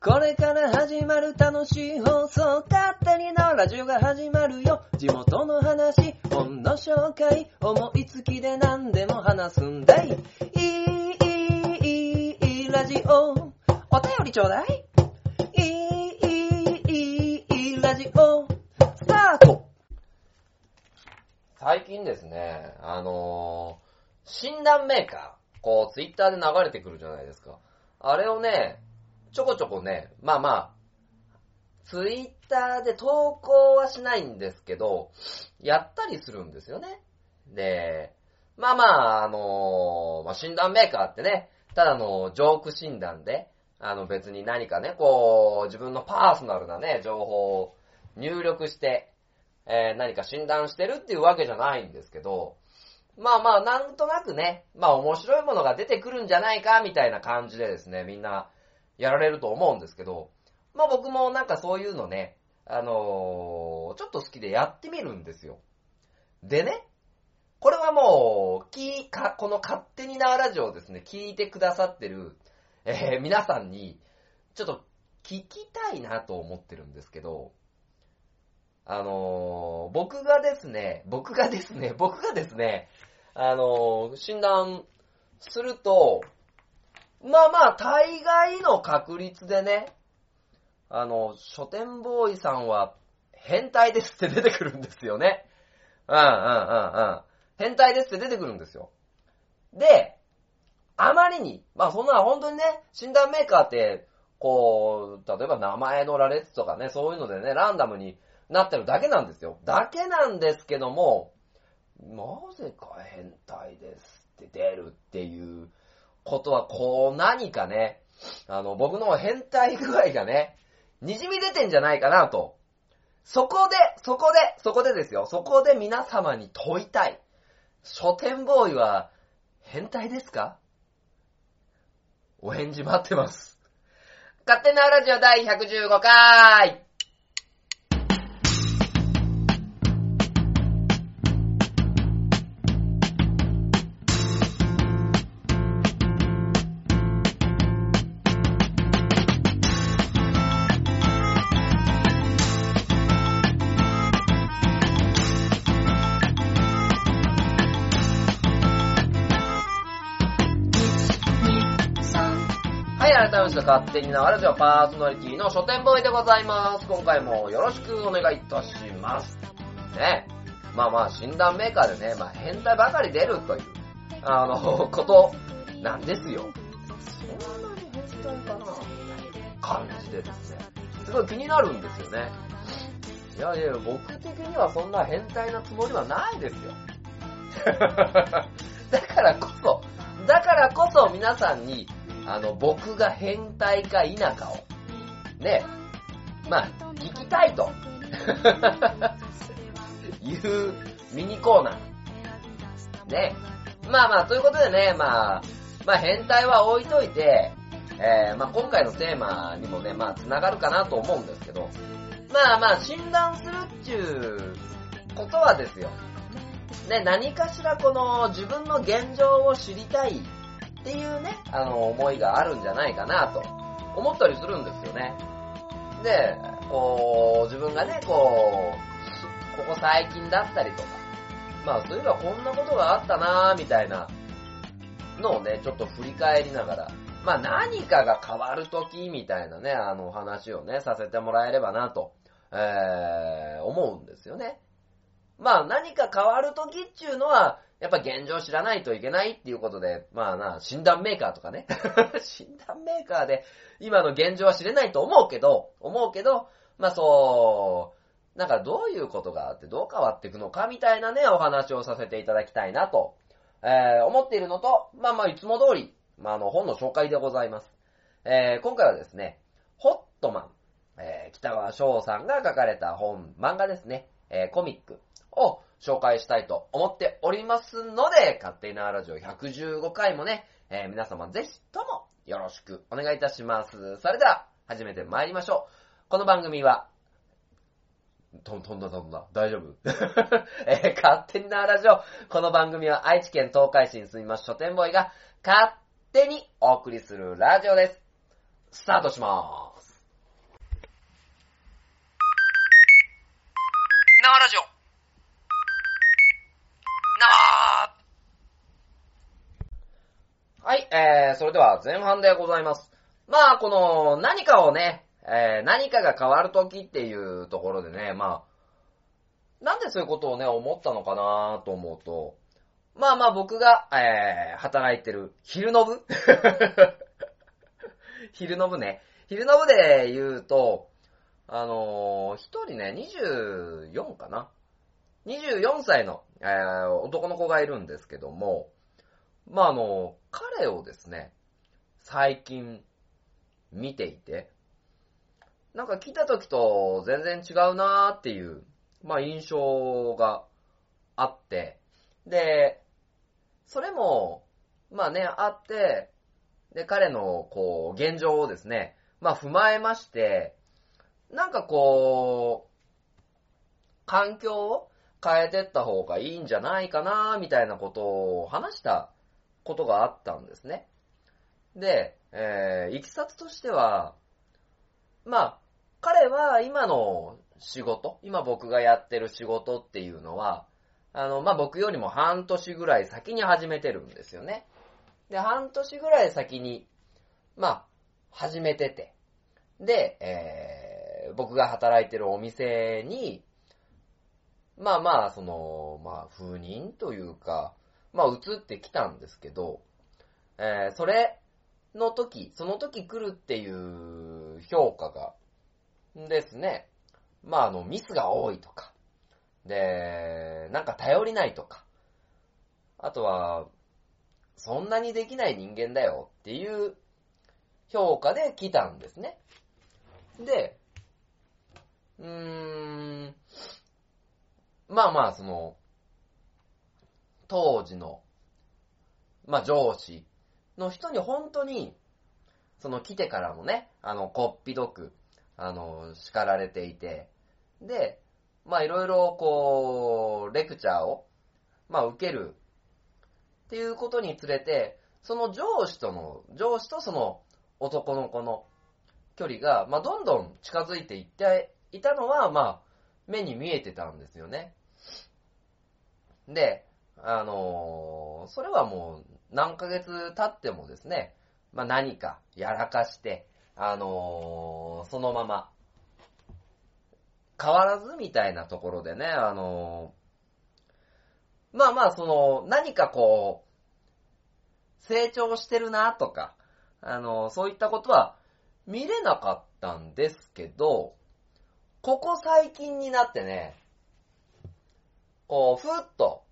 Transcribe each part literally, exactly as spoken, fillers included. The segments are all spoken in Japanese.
これから始まる楽しい放送、勝手にのラジオが始まるよ。地元の話、本の紹介、思いつきで何でも話すんだい。いい、いい、いい、ラジオ。お便りちょうだい。いい、いい、いい、ラジオ。スタート。最近ですね、あのー、診断メーカー、こう、ツイッターで流れてくるじゃないですか。あれをね、ちょこちょこね、まあまあ、ツイッターで投稿はしないんですけど、やったりするんですよね。で、まあまあ、あのーまあ、診断メーカーってね、ただのジョーク診断で、あの別に何かね、こう、自分のパーソナルなね、情報を入力して、えー、何か診断してるっていうわけじゃないんですけど、まあまあ、なんとなくね、まあ面白いものが出てくるんじゃないか、みたいな感じでですね、みんなやられると思うんですけど、まあ僕もなんかそういうのね、あのー、ちょっと好きでやってみるんですよ。でね、これはもう、きかこの勝手になラジオをですね、聞いてくださってる、えー、皆さんに、ちょっと聞きたいなと思ってるんですけど、あのー、僕がですね、僕がですね、僕がですね、あのー、診断すると、まあまあ、大概の確率でね、あの、書店ボーイさんは変態ですって出てくるんですよね。うんうんうんうん。変態ですって出てくるんですよ。で、あまりに、まあそんな本当にね、診断メーカーって、こう、例えば名前の羅列とかね、そういうのでね、ランダムになってるだけなんですよ。だけなんですけども、なぜか変態ですって出るっていうことは、こう何かね、あの、僕の変態具合がね、滲み出てんじゃないかなと。そこで、そこで、そこでですよ。そこで皆様に問いたい。書店ボーイは変態ですか？お返事待ってます。勝手なラジオ第ひゃくじゅうごかい。改めまして勝手になラジオパーソナリティの書店ボーイでございます。今回もよろしくお願いいたします。ね。まあまあ診断メーカーでね、まあ変態ばかり出るという、あの、ことなんですよ。そんなに変態かな感じでですね。すごい気になるんですよね。いやいや、僕的にはそんな変態なつもりはないですよ。だからこそ、だからこそ皆さんに、あの、僕が変態か否かを、ね、まあ、聞きたいと、いうミニコーナー。ね。まあまあ、ということでね、まあ、まあ変態は置いといて、えー、まあ今回のテーマにもね、まあ繋がるかなと思うんですけど、まあまあ、診断するっていうことはですよ。ね、何かしらこの自分の現状を知りたい、っていうね、あの、思いがあるんじゃないかなと思ったりするんですよね。で、こう、自分がね、こう、ここ最近だったりとか、まあそういえばこんなことがあったなーみたいなのをね、ちょっと振り返りながら、まあ何かが変わるときみたいなね、あの話をね、させてもらえればなと、えー、思うんですよね。まあ何か変わるときっていうのは、やっぱ現状知らないといけないっていうことで、まあな、診断メーカーとかね。診断メーカーで今の現状は知れないと思うけど、思うけど、まあそう、なんかどういうことがあってどう変わっていくのかみたいなね、お話をさせていただきたいなと、えー、思っているのと、まあまあいつも通り、まああの本の紹介でございます。えー、今回はですね、ホットマン、えー、北川翔さんが書かれた本、漫画ですね、えー、コミックを紹介したいと思っておりますので、勝手なラジオひゃくじゅうごかいもね、えー、皆様ぜひともよろしくお願いいたします。それでは、始めて参りましょう。この番組は、とん、とんだとんだ、大丈夫、えー、勝手なラジオ。この番組は愛知県東海市に住みます書店ボーイが勝手にお送りするラジオです。スタートしまーす。 半ラジオなーはい、えー、それでは前半でございます。まあ、この何かをね、えー、何かが変わるときっていうところでね、まあ、なんでそういうことをね、思ったのかなと思うと、まあまあ僕が、えー、働いてる昼の部昼の部ね。昼の部で言うと、あのー、一人ね、にじゅうよんかな ?にじゅうよん 歳の、えー、男の子がいるんですけども、まああの、彼をですね、最近見ていて、なんか来た時と全然違うなーっていう、まあ印象があって、で、それも、まあね、あって、で、彼の、こう、現状をですね、まあ踏まえまして、なんかこう、環境を変えてった方がいいんじゃないかな、みたいなことを話したことがあったんですね。で、えー、いきさつとしては、まあ、彼は今の仕事、今僕がやってる仕事っていうのは、あの、まあ、僕よりも半年ぐらい先に始めてるんですよね。で、半年ぐらい先に、まあ、始めてて、で、えー、僕が働いてるお店に、まあまあ、その、まあ、封印というか、まあ、移ってきたんですけど、えー、それの時、その時来るっていう評価がですね、まあ、あの、ミスが多いとか、で、なんか頼りないとか、あとは、そんなにできない人間だよっていう評価で来たんですね。で、うーん、まあまあ、その、当時の、まあ上司の人に本当に、その来てからもね、あの、こっぴどく、あの、叱られていて、で、まあいろいろこう、レクチャーを、まあ受けるっていうことにつれて、その上司との、上司とその男の子の距離が、まあどんどん近づいていっていたのは、まあ目に見えてたんですよね。で、あのーそれはもう何ヶ月経ってもですね、まあ何かやらかして、あのーそのまま変わらずみたいなところでね、あのーまあまあその何かこう、成長してるなとか、あのーそういったことは見れなかったんですけど、ここ最近になってね、こう、ふっと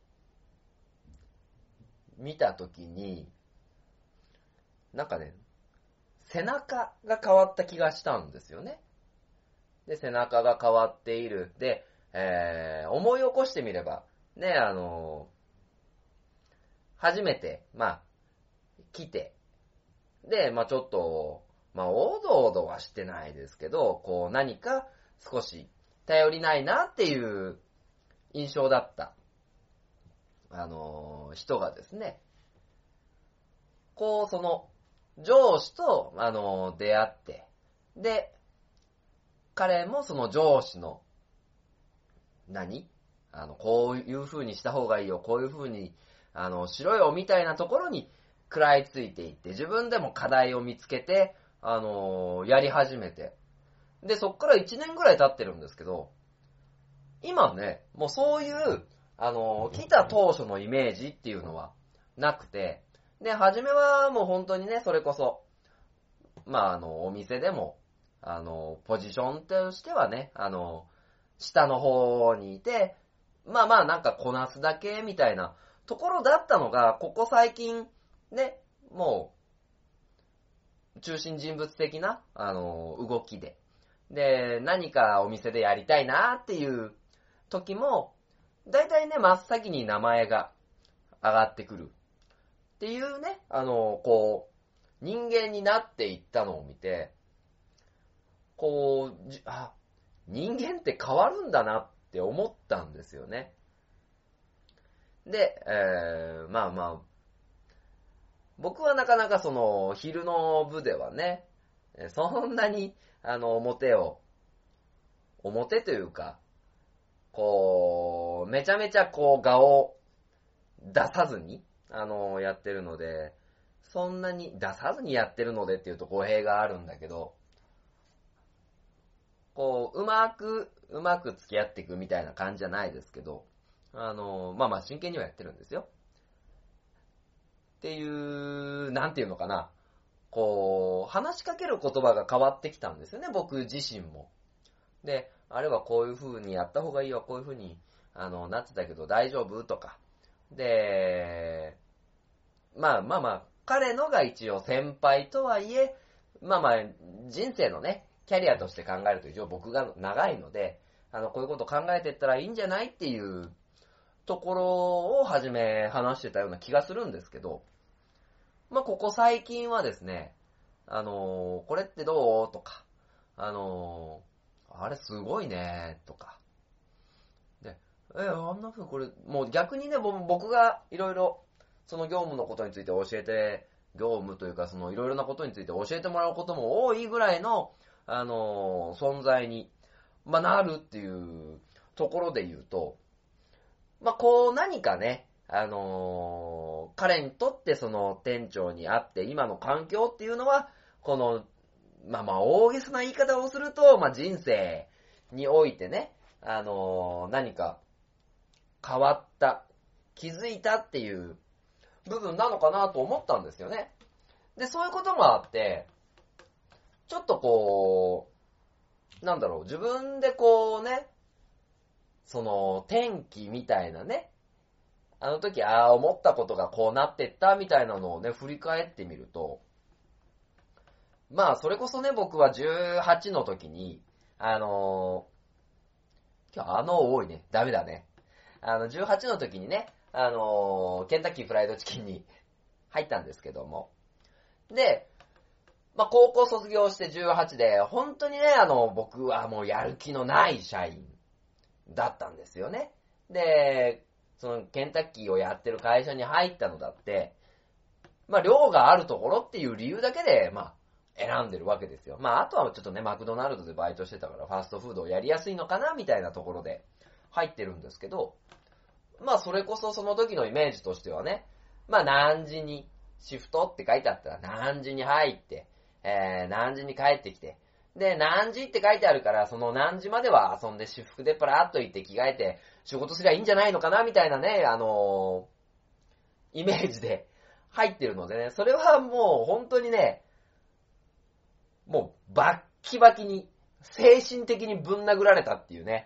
見たときに、なんかね、背中が変わった気がしたんですよね。で、背中が変わっている。で、えー、思い起こしてみれば、ね、あのー初めて、まあ、来て、で、まあちょっと、まあおどおどはしてないですけど、こう何か少し頼りないなっていう印象だった、あのー人がですね、こうその上司と、あのー出会って、で、彼もその上司の何あの、こういう風にした方がいいよ、こういう風に、あの、しろよ、みたいなところに食らいついていって、自分でも課題を見つけて、あの、やり始めて。で、そっからいちねんぐらい経ってるんですけど、今ね、もうそういう、あの、来た当初のイメージっていうのはなくて、で、初めはもう本当にね、それこそ、まあ、あの、お店でも、あの、ポジションとしてはね、あの、下の方にいて、まあまあなんかこなすだけみたいなところだったのが、ここ最近、ね、もう、中心人物的な、あの、動きで。で、何かお店でやりたいなっていう時も、だいたいね、真っ先に名前が上がってくる。っていうね、あの、こう、人間になっていったのを見て、こう、じあ、人間って変わるんだなって思ったんですよね。で、えー、まあまあ、僕はなかなかその、昼の部ではね、そんなに、あの、表を、表というか、 こう、めちゃめちゃこう、画を出さずに、あの、やってるので、そんなに出さずにやってるのでっていうと語弊があるんだけど、こう、うまく、うまく付き合っていくみたいな感じじゃないですけど、あの、まあまあ真剣にはやってるんですよ。っていう、なんていうのかな。こう、話しかける言葉が変わってきたんですよね、僕自身も。で、あれはこういう風にやった方がいいわ、こういう風に、あの、なってたけど大丈夫とか。で、まあまあまあ、彼のが一応先輩とはいえ、まあまあ、人生のね、キャリアとして考えると一応僕が長いので、あの、こういうこと考えていったらいいんじゃないっていうところをはじめ話してたような気がするんですけど、まあここ最近はですね、あのー、これってどうとか、あのー、あれすごいねとか、で、え、あんな風にこれ、もう逆にね、僕がいろいろその業務のことについて教えて、業務というかそのいろいろなことについて教えてもらうことも多いぐらいの、あのー、存在に、まあ、なるっていうところで言うと、まあ、こう何かね、あのー、彼にとってその店長にあって今の環境っていうのは、この、まあまあ大げさな言い方をすると、まあ人生においてね、あのー、何か変わった、気づいたっていう部分なのかなと思ったんですよね。で、そういうこともあって、ちょっとこう、なんだろう、自分でこうね、その天気みたいなね、あの時、ああ、思ったことがこうなってったみたいなのをね、振り返ってみると、まあ、それこそね、僕はじゅうはちの時に、あのー、今日あの多いね、ダメだね。あの、じゅうはちの時にね、あのー、ケンタッキーフライドチキンに入ったんですけども。で、まあ、高校卒業してじゅうはちで、本当にね、あの、僕はもうやる気のない社員だったんですよね。で、そのケンタッキーをやってる会社に入ったのだって、まあ、量があるところっていう理由だけで、まあ、選んでるわけですよ。まあ、あとはちょっとね、マクドナルドでバイトしてたから、ファーストフードをやりやすいのかな、みたいなところで入ってるんですけど、まあ、それこそその時のイメージとしてはね、まあ、何時にシフトって書いてあったら、何時に入って、えー、何時に帰ってきて、で、何時って書いてあるから、その何時までは遊んで私服でパラッと行って着替えて仕事すりゃいいんじゃないのかなみたいなね、あのー、イメージで入ってるのでね、それはもう本当にね、もうバッキバキに、精神的にぶん殴られたっていうね、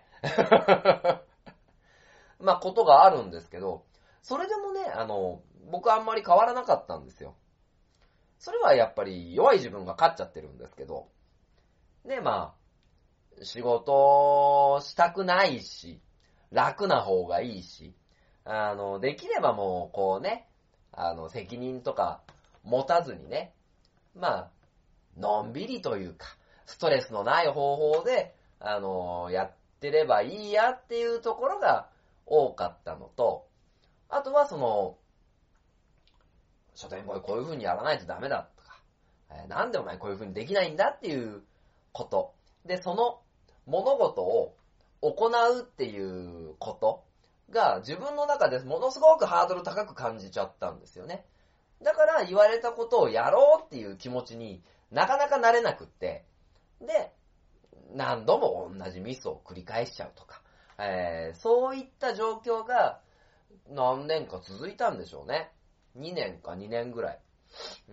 まあことがあるんですけど、それでもね、あの、僕はあんまり変わらなかったんですよ。それはやっぱり弱い自分が勝っちゃってるんですけど、で、まあ、仕事したくないし、楽な方がいいし、あの、できればもう、こうね、あの、責任とか持たずにね、まあ、のんびりというか、ストレスのない方法で、あの、やってればいいやっていうところが多かったのと、あとはその、書店ボーイこういう風にやらないとダメだとか、えー、なんでお前こういう風にできないんだっていうこと。で、その物事を行うっていうことが自分の中でものすごくハードル高く感じちゃったんですよね。だから言われたことをやろうっていう気持ちになかなかなれなくって、で、何度も同じミスを繰り返しちゃうとか、えー、そういった状況が何年か続いたんでしょうね。にねんかにねんぐらい。うん。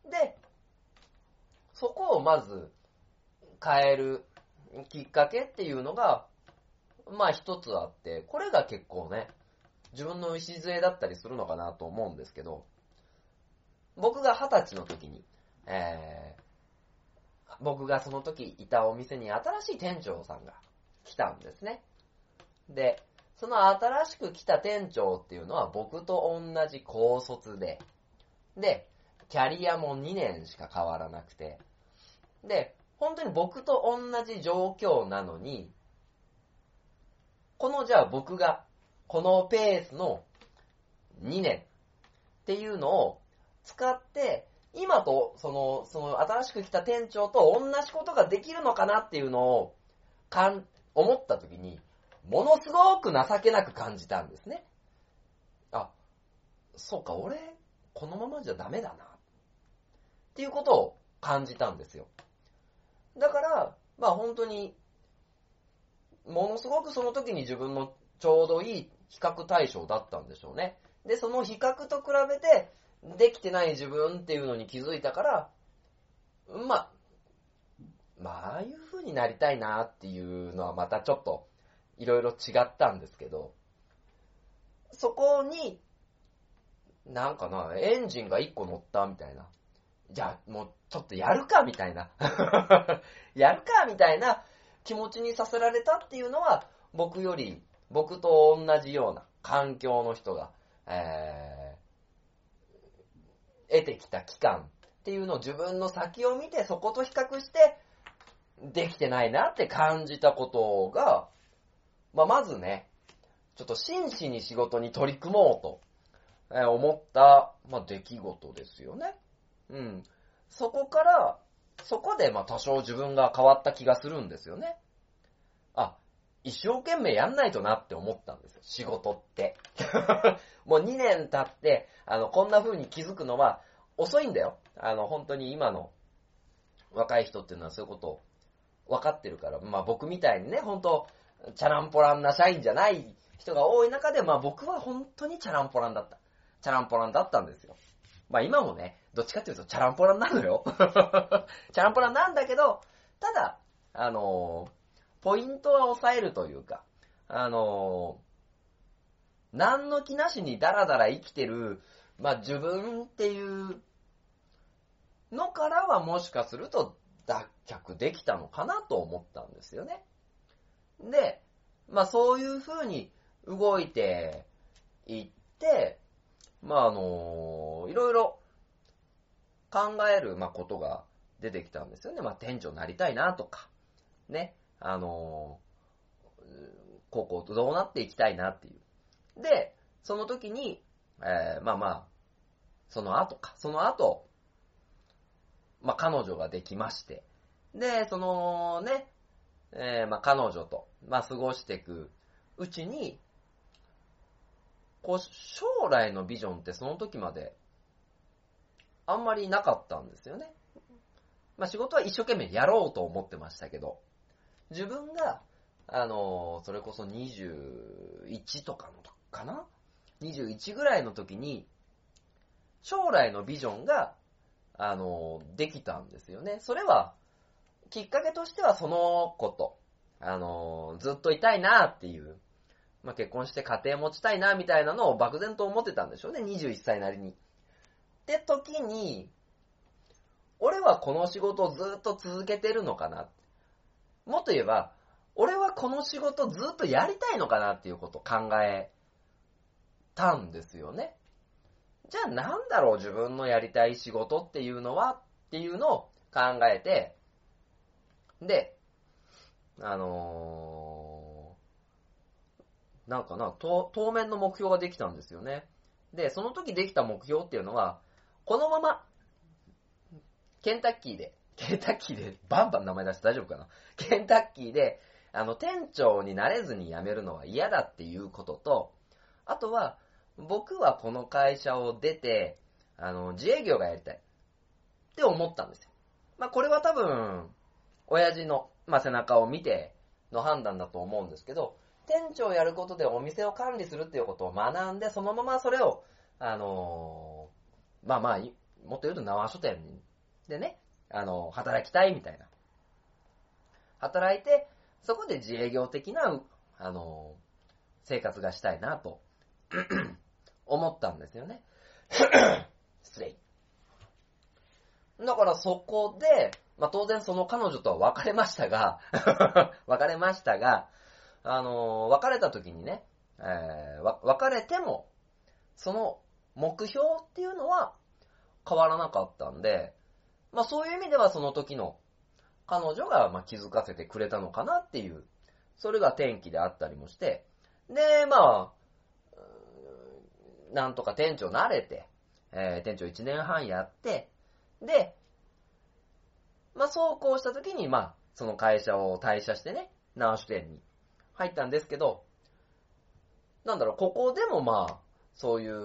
で、そこをまず変えるきっかけっていうのが、まあ一つあって、これが結構ね、自分の礎だったりするのかなと思うんですけど、僕が二十歳の時に、えー、僕がその時いたお店に新しい店長さんが来たんですね。で、その新しく来た店長っていうのは僕と同じ高卒で、で、キャリアもにねんしか変わらなくて、で、本当に僕と同じ状況なのに、このじゃあ僕が、このペースのにねんっていうのを使って、今とその、その新しく来た店長と同じことができるのかなっていうのをかん思ったときに、 ものすごく情けなく感じたんですね。あ、そうか、俺、このままじゃダメだな。っていうことを感じたんですよ。だから、まあ本当に、ものすごくその時に自分のちょうどいい比較対象だったんでしょうね。で、その比較と比べて、できてない自分っていうのに気づいたから、まあ、まあ、ああいう風になりたいなっていうのはまたちょっと、いろいろ違ったんですけど、そこに、なんかな、エンジンが一個乗ったみたいな。じゃあ、もうちょっとやるかみたいな。やるかみたいな気持ちにさせられたっていうのは、僕より、僕と同じような環境の人が、えー、得てきた期間っていうのを自分の先を見てそこと比較して、できてないなって感じたことが、まあ、まずね、ちょっと真摯に仕事に取り組もうと思った、まあ、出来事ですよね。うん。そこから、そこでまあ多少自分が変わった気がするんですよね。あ、一生懸命やんないとなって思ったんですよ、仕事って。もうにねん経って、あの、こんな風に気づくのは遅いんだよ。あの、本当に今の若い人っていうのはそういうことを分かってるから、まあ僕みたいにね、本当チャランポランな社員じゃない人が多い中で、まあ僕は本当にチャランポランだった。チャランポランだったんですよ。まあ今もね、どっちかっていうとチャランポランなのよ。チャランポランなんだけど、ただ、あのー、ポイントは抑えるというか、あのー、何の気なしにダラダラ生きてる、まあ自分っていうのからはもしかすると脱却できたのかなと思ったんですよね。で、まあそういう風に動いていって、まああのー、いろいろ考える、まあ、ことが出てきたんですよね。まあ店長になりたいなとか、ね、あのー、ここどうなっていきたいなっていう。で、その時に、えー、まあまあ、その後か、その後、まあ彼女ができまして、で、そのね、えー、まあ彼女と、まあ過ごしていくうちに、こう、将来のビジョンってその時まで、あんまりなかったんですよね。まあ仕事は一生懸命やろうと思ってましたけど、自分が、あのー、それこそにじゅういちとかの時かな ?にじゅういち ぐらいの時に、将来のビジョンが、あのー、できたんですよね。それは、きっかけとしてはそのこと、あのー、ずっといたいなっていう、まあ結婚して家庭持ちたいなみたいなのを漠然と思ってたんでしょうね。にじゅういっさいなりに。って時に、俺はこの仕事をずっと続けてるのかな。もっと言えば、俺はこの仕事ずっとやりたいのかなっていうことを考えたんですよね。じゃあなんだろう自分のやりたい仕事っていうのはっていうのを考えて、で、あのー、なんかな、当面の目標ができたんですよね。で、その時できた目標っていうのは、このまま、ケンタッキーで、ケンタッキーで、バンバン名前出して大丈夫かな？ケンタッキーで、あの、店長になれずに辞めるのは嫌だっていうことと、あとは、僕はこの会社を出て、あの、自営業がやりたい。って思ったんですよ。まあ、これは多分、親父の、まあ、背中を見ての判断だと思うんですけど、店長をやることでお店を管理するっていうことを学んで、そのままそれを、あのー、まあまあ、もっと言うと縄書店でね、あのー、働きたいみたいな。働いて、そこで自営業的な、あのー、生活がしたいなと思ったんですよね。失礼。だからそこで、まあ当然その彼女とは別れましたが、別れましたが、あのー、別れた時にね、えー、別れても、その目標っていうのは変わらなかったんで、まあそういう意味ではその時の彼女がまあ気づかせてくれたのかなっていう、それが転機であったりもして、で、まあ、なんとか店長慣れて、えー、店長いちねんはんやって、で、まあそうこうした時に、まあ、その会社を退社してね、直し店に入ったんですけど、なんだろう、ここでもまあ、そういう、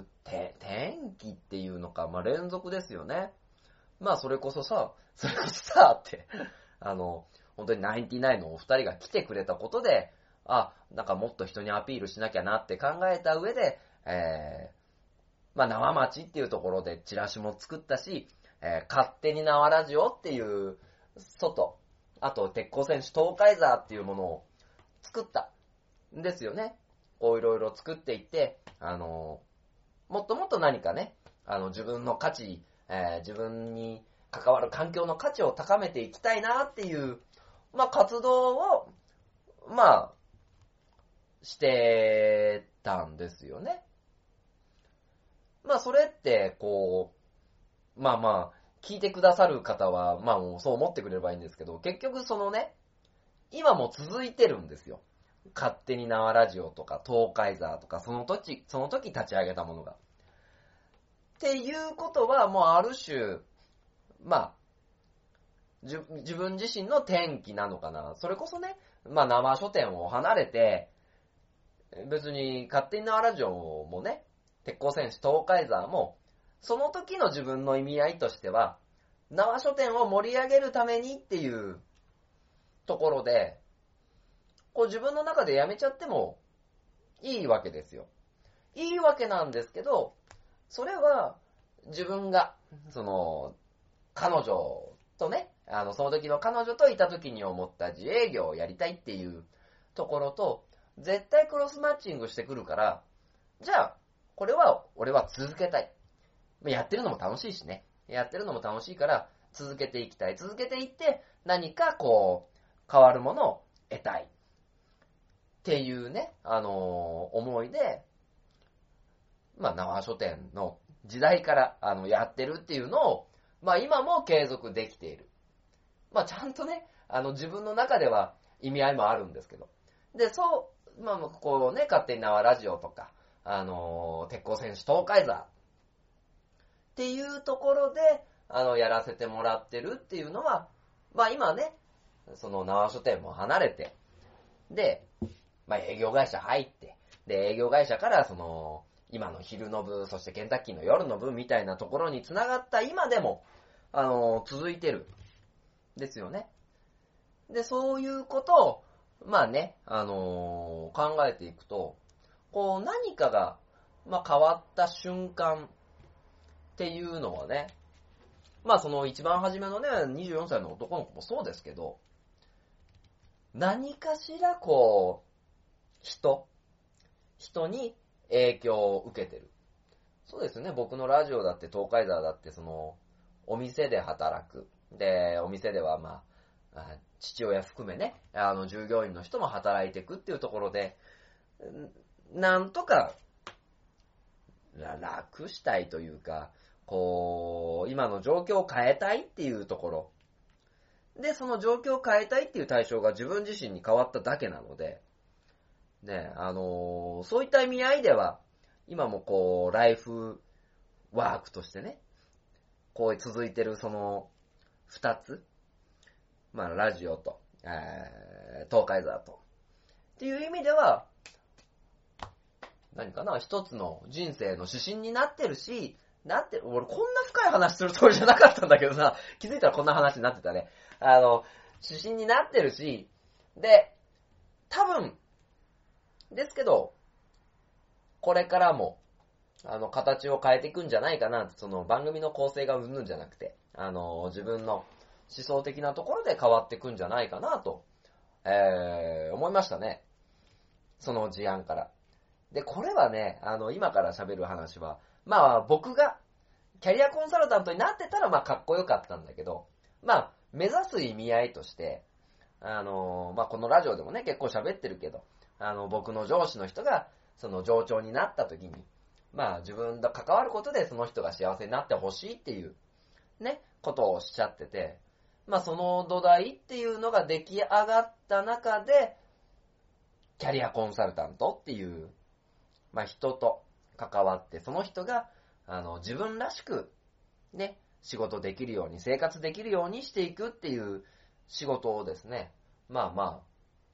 て、転機っていうのか、まあ連続ですよね。まあそれこそさ、それこそさ、って、あの、本当にナインティナインのお二人が来てくれたことで、あ、なんかもっと人にアピールしなきゃなって考えた上で、えー、まあ縄町っていうところでチラシも作ったし、えー、勝手に縄ラジオっていう外、あと鉄鋼戦士東海座っていうものを作ったんですよね。こういろいろ作っていって、あのー、もっともっと何かね、あの自分の価値、えー、自分に関わる環境の価値を高めていきたいなっていう、まあ活動を、まあ、してたんですよね。まあそれって、こう、まあまあ、聞いてくださる方は、まあもうそう思ってくれればいいんですけど、結局そのね、今も続いてるんですよ。勝手に縄ラジオとか、東海座とか、その時、その時立ち上げたものが。っていうことは、もうある種、まあ、自分自身の転機なのかな。それこそね、まあ生書店を離れて、別に勝手に縄ラジオもね、鉄鋼戦士東海座も、その時の自分の意味合いとしては、縄書店を盛り上げるためにっていうところで、こう自分の中でやめちゃってもいいわけですよ。いいわけなんですけど、それは自分が、その、彼女とね、あの、その時の彼女といた時に思った自営業をやりたいっていうところと、絶対クロスマッチングしてくるから、じゃあ、これは俺は続けたい。やってるのも楽しいしね。やってるのも楽しいから、続けていきたい。続けていって、何かこう、変わるものを得たい。っていうね、あのー、思いで、まあ、縄書店の時代から、あの、やってるっていうのを、まあ、今も継続できている。まあ、ちゃんとね、あの、自分の中では意味合いもあるんですけど。で、そう、まあ、こうね、勝手に縄ラジオとか、あのー、鉄鋼戦士東海座っていうところで、あの、やらせてもらってるっていうのは、まあ、今ね、その縄書店も離れて、で、まあ、営業会社入って、で、営業会社からその、今の昼の部、そしてケンタッキーの夜の部みたいなところに繋がった今でも、あの、続いてる。ですよね。で、そういうことを、まあね、あのー、考えていくと、こう何かが、まあ変わった瞬間っていうのはね、まあその一番初めのね、にじゅうよんさいの男の子もそうですけど、何かしらこう、人、人に影響を受けてる。そうですね、僕のラジオだって東海座だってその、お店で働く。で、お店ではまあ、父親含めね、あの従業員の人も働いていくっていうところで、なんとか、楽したいというか、こう、今の状況を変えたいっていうところ。で、その状況を変えたいっていう対象が自分自身に変わっただけなので、ね、あのー、そういった意味合いでは、今もこう、ライフワークとしてね、こう続いてるその、二つ、まあ、ラジオと、えー、東海座と、っていう意味では、何かな、一つの人生の指針になってるし、なってる、俺こんな深い話するつもりじゃなかったんだけどな、気づいたらこんな話になってたね。あの、指針になってるし、で、多分、ですけど、これからも、あの、形を変えていくんじゃないかな、その番組の構成がうんぬんじゃなくて、あの、自分の思想的なところで変わっていくんじゃないかなと、えー、思いましたね。その事案から。で、これはね、あの、今から喋る話は、まあ、僕が、キャリアコンサルタントになってたら、まあ、かっこよかったんだけど、まあ、目指す意味合いとして、あの、まあ、このラジオでもね、結構喋ってるけど、あの、僕の上司の人が、その上長になった時に、まあ、自分と関わることでその人が幸せになってほしいっていう、ね、ことをおっしゃってて、まあ、その土台っていうのが出来上がった中で、キャリアコンサルタントっていう、まあ、人と関わって、その人が、あの、自分らしく、ね、仕事できるように、生活できるようにしていくっていう仕事をですね、まあまあ、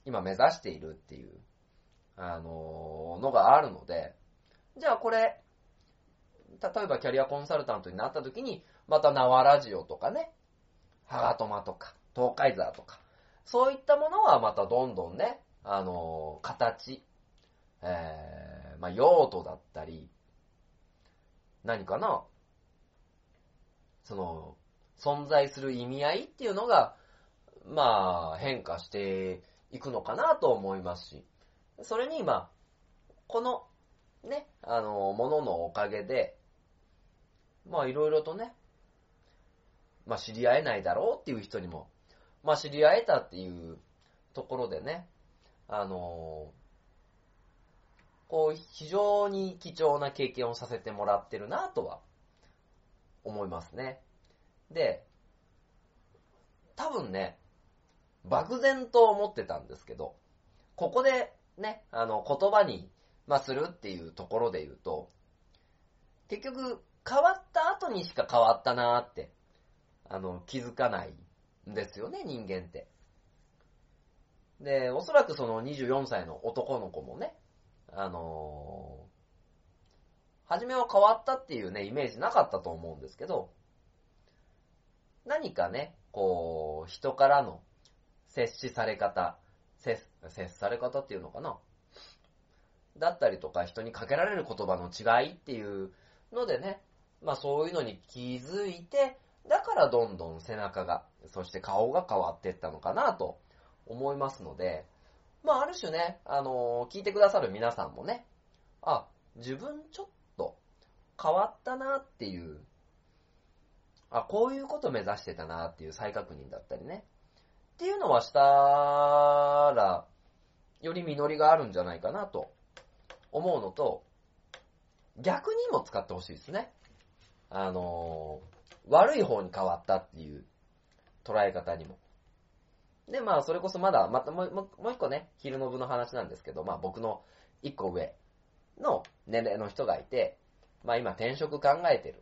今目指しているっていう、あのー、のがあるので、じゃあこれ、例えばキャリアコンサルタントになった時に、また縄ラジオとかね、ハガトマとか、東海座とか、そういったものはまたどんどんね、あのー、形、えー、まあ、用途だったり、何かな、その、存在する意味合いっていうのが、まあ、変化していくのかなと思いますし、それに、まあ、この、ね、あの、もののおかげで、まあ、いろいろとね、まあ、知り合えないだろうっていう人にも、まあ、知り合えたっていうところでね、あの、こう、非常に貴重な経験をさせてもらってるなとは、思いますね。で、多分ね、漠然と思ってたんですけど、ここでね、あの、言葉に、まあ、するっていうところで言うと、結局、変わった後にしか変わったなーって、あの、気づかないんですよね、人間って。で、おそらくそのにじゅうよんさいの男の子もね、あのー、初めは変わったっていうね、イメージなかったと思うんですけど、何かね、こう、人からの接しされ方、接、接され方っていうのかな、だったりとか、人にかけられる言葉の違いっていうのでね、まあそういうのに気づいて、だからどんどん背中が、そして顔が変わっていったのかなと思いますので、まあある種ね、あのー、聞いてくださる皆さんもね、あ、自分ちょっと変わったなっていう、あ、こういうこと目指してたなっていう再確認だったりね、っていうのはしたら、より実りがあるんじゃないかなと思うのと、逆にも使ってほしいですね。あのー、悪い方に変わったっていう捉え方にも。で、まあ、それこそまだ、またもう、もう一個ね、昼の部の話なんですけど、まあ僕の一個上の年齢の人がいて、まあ今転職考えてる。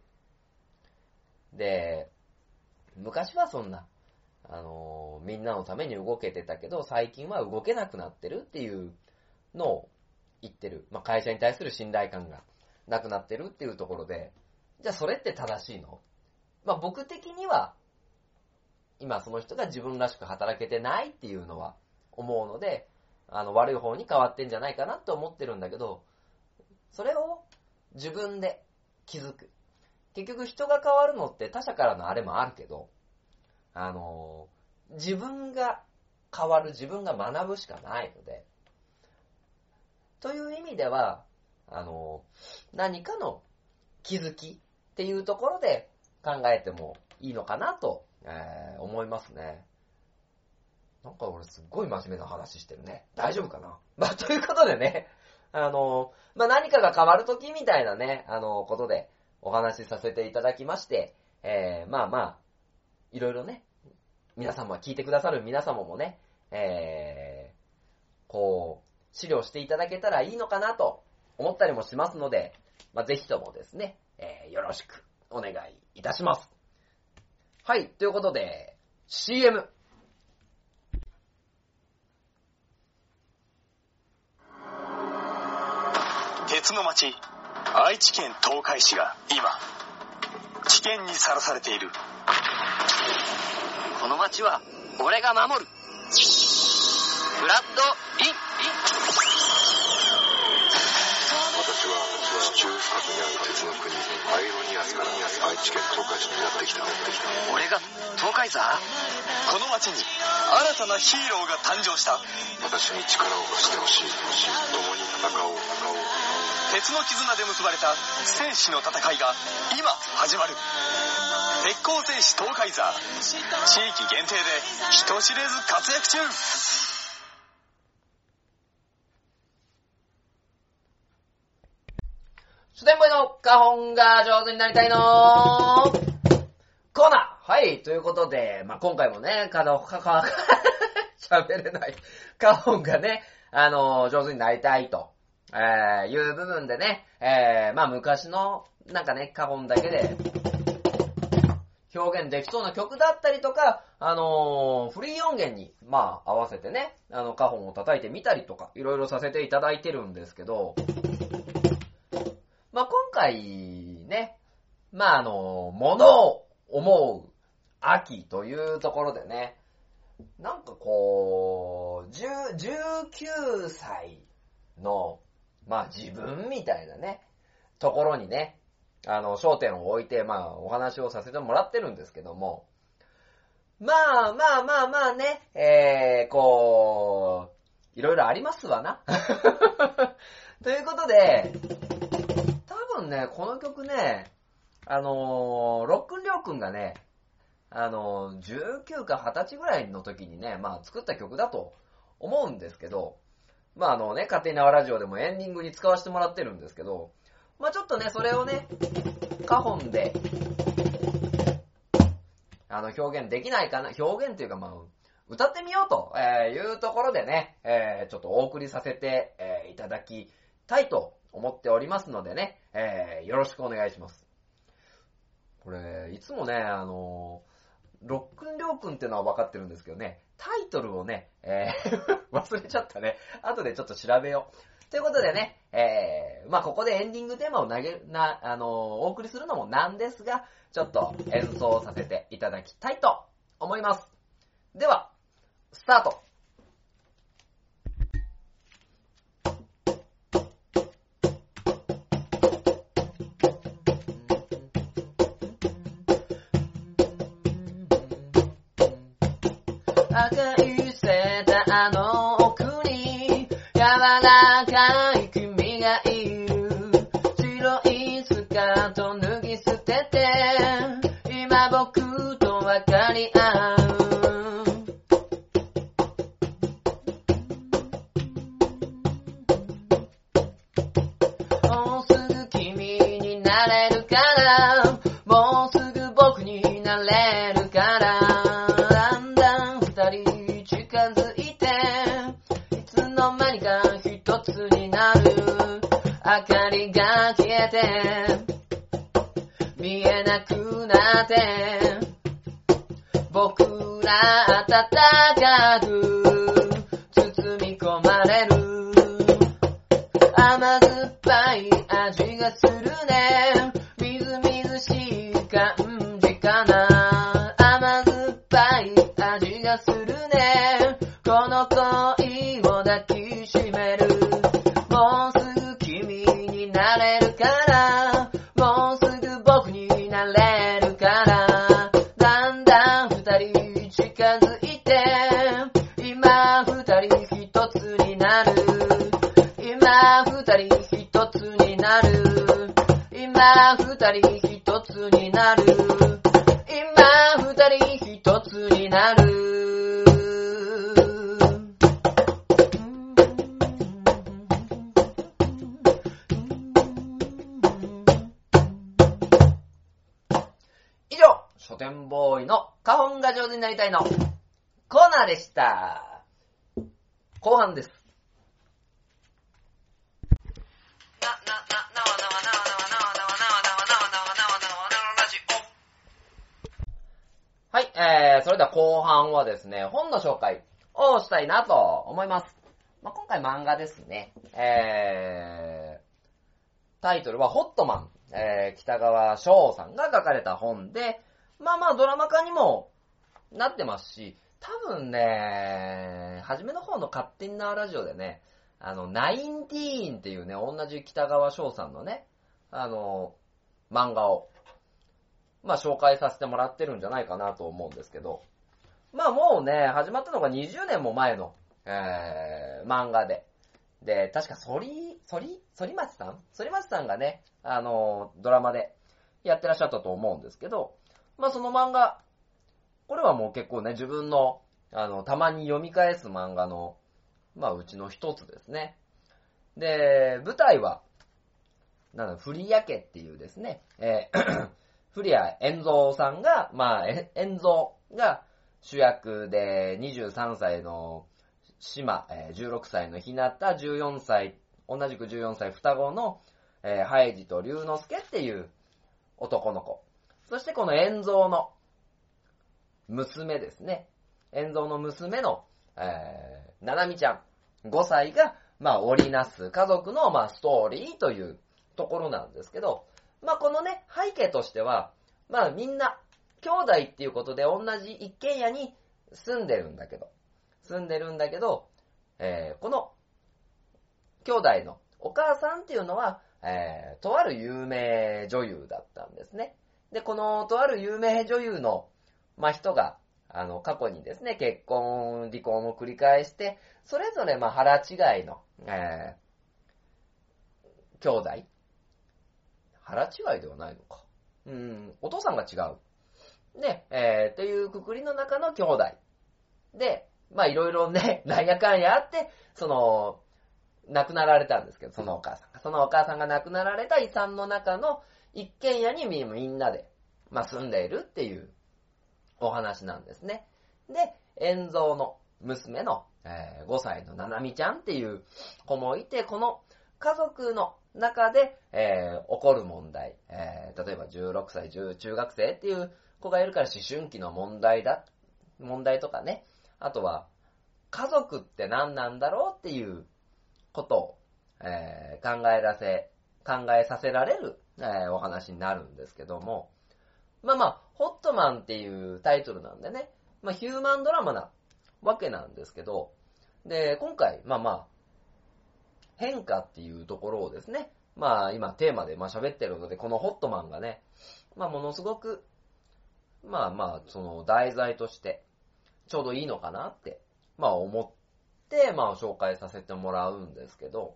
で、昔はそんな、あのー、みんなのために動けてたけど、最近は動けなくなってるっていうのを言ってる。まあ会社に対する信頼感がなくなってるっていうところで、じゃあそれって正しいの？まあ僕的には、今その人が自分らしく働けてないっていうのは思うので、あの悪い方に変わってんじゃないかなと思ってるんだけど、それを自分で気づく。結局人が変わるのって他者からのあれもあるけど、あのー、自分が変わる、自分が学ぶしかないので、という意味では、あのー、何かの気づきっていうところで考えてもいいのかなと、えー、思いますね。なんか俺すっごい真面目な話してるね。大丈夫かな？まあ、ということでね、あのー、まあ、何かが変わるときみたいなね、あのー、ことでお話しさせていただきまして、えー、まあまあ、いろいろね、皆様、聞いてくださる皆様もね、えー、こう、資料していただけたらいいのかなと思ったりもしますので、まあ、ぜひともですね、えー、よろしくお願いいたします。はい、ということで、シーエム。 鉄の町、愛知県東海市が今、危険にさらされている。 この町は俺が守る。フラッドイン。 私は地中深くにある鉄の国アイロニアスから愛知県東海市にやってきた。 俺が東海座？ この町に新たなヒーローが誕生した。 私に力を貸してほしい。共に戦おう。 鉄の絆で結ばれた戦士の戦いが今始まる。鉄鋼戦士東海座、地域限定で人知れず活躍中。 書店ボーイの花本が上手になりたいのコーナー。はい、ということで、まあ、今回もね、かの、か、か、喋れない。花本がね、あの、上手になりたいと、えー、いう部分でね、えー、まあ、昔の、なんかね、花本だけで、表現できそうな曲だったりとか、 あのー、フリー音源に、まあ、合わせてね、あの、カホンを叩いてみたりとか、いろいろさせていただいてるんですけど、まあ、今回、ね、まあ、あのー、ものを思う秋というところでね、なんかこう、じゅう、じゅうきゅうさいの、まあ、自分みたいなね、ところにね、あの、焦点を置いて、まあ、お話をさせてもらってるんですけども、まあまあまあまあね、えー、こう、いろいろありますわな。ということで、多分ね、この曲ね、あのー、ロックンリョウくんがね、あのー、じゅうきゅうかはたちぐらいの時にね、まあ作った曲だと思うんですけど、まああのね、勝手に縄ラジオでもエンディングに使わせてもらってるんですけど、まあちょっとね、それをね、カホンで、あの、表現できないかな、表現っていうかまあ、歌ってみようというところでね、えー、ちょっとお送りさせて、えー、いただきたいと思っておりますのでね、えー、よろしくお願いします。これ、いつもね、あのー、ロックンリョウくんってのは分かってるんですけどね、タイトルをね、えー、忘れちゃったね。後でちょっと調べよう。ということでね、えー、まあここでエンディングテーマを投げ、な、あのー、お送りするのもなんですが、ちょっと演奏させていただきたいと思います。では、スタート。赤いセーターの奥に柔らかい君がいる。白いスカート脱ぎ捨てて今僕と分かり合う。もうすぐ君になれるから、もうすぐ僕になれるから、だんだん二人近づいていつの間にか一つになる。明かりが消えて見えなくなって僕ら暖かく包み込まれる。甘酸っぱい味がするね。みずみずしい感じかな。甘酸っぱい味がするね。この恋を抱きしめる。もうすぐ君になれるから、もうすぐ僕になれるから、だんだん二人近づいて今二人一つになる。今二人一つになる。今二人一つになる。今二人一つになる。以上、書店ボーイの花本が上手になりたいのコーナーでした。後半です。はい、えー、それでは後半はですね、本の紹介をしたいなと思います。まあ、今回漫画ですね。えー、タイトルはホットマン、えー、北川翔さんが書かれた本で、まあまあドラマ化にもなってますし、多分ね、初めの方の勝手に縄ラジオでね、あの、ナインティーンっていうね、同じ北川翔さんのね、あの、漫画を、まあ紹介させてもらってるんじゃないかなと思うんですけど、まあもうね、始まったのがにじゅうねんも前の、えー、漫画で、で、確かソリ、ソリ、ソリマチさんソリマチさんがね、あの、ドラマでやってらっしゃったと思うんですけど、まあその漫画、これはもう結構ね、自分の、あの、たまに読み返す漫画の、まあうちの一つですね。で、舞台は、なんだ、フリヤ家っていうですね、えー、古谷円蔵さんが、まあ、円蔵が主役で、にじゅうさんさいの島、じゅうろくさいのひなた、じゅうよんさい、同じくじゅうよんさい双子の、えー、ハイジと龍之介っていう男の子。そしてこの円蔵の娘ですね。円蔵の娘の、えー、ななみちゃん、ごさいが、まあ、織りなす家族の、まあ、ストーリーというところなんですけど、まあ、このね、背景としては、まあ、みんな、兄弟っていうことで同じ一軒家に住んでるんだけど、住んでるんだけど、えー、この、兄弟のお母さんっていうのは、えー、とある有名女優だったんですね。で、このとある有名女優の、まあ、人が、あの、過去にですね、結婚、離婚を繰り返して、それぞれ、まあ、腹違いの、えー、兄弟腹違いではないのか。うん、お父さんが違う。ね、えー、というくくりの中の兄弟。で、まあ、いろいろね、なんやかんやあって、その、亡くなられたんですけど、そのお母さんが。そのお母さんが亡くなられた遺産の中の一軒家にみんなで、まあ、住んでいるっていうお話なんですね。で、円蔵の娘の、えー、ごさいのななみちゃんっていう子もいて、この家族の中で、えー、起こる問題、えー、例えばじゅうろくさい、中学生っていう子がいるから思春期の問題だ、問題とかね、あとは家族って何なんだろうっていうことを、えー、考えらせ、考えさせられる、えー、お話になるんですけども、まあまあ、ホットマンっていうタイトルなんでね、まあヒューマンドラマなわけなんですけど、で、今回、まあまあ、変化っていうところをですね、まあ今テーマでまあ喋ってるので、このホットマンがね、まあものすごく、まあまあ、その題材としてちょうどいいのかなって、まあ思って、まあ紹介させてもらうんですけど、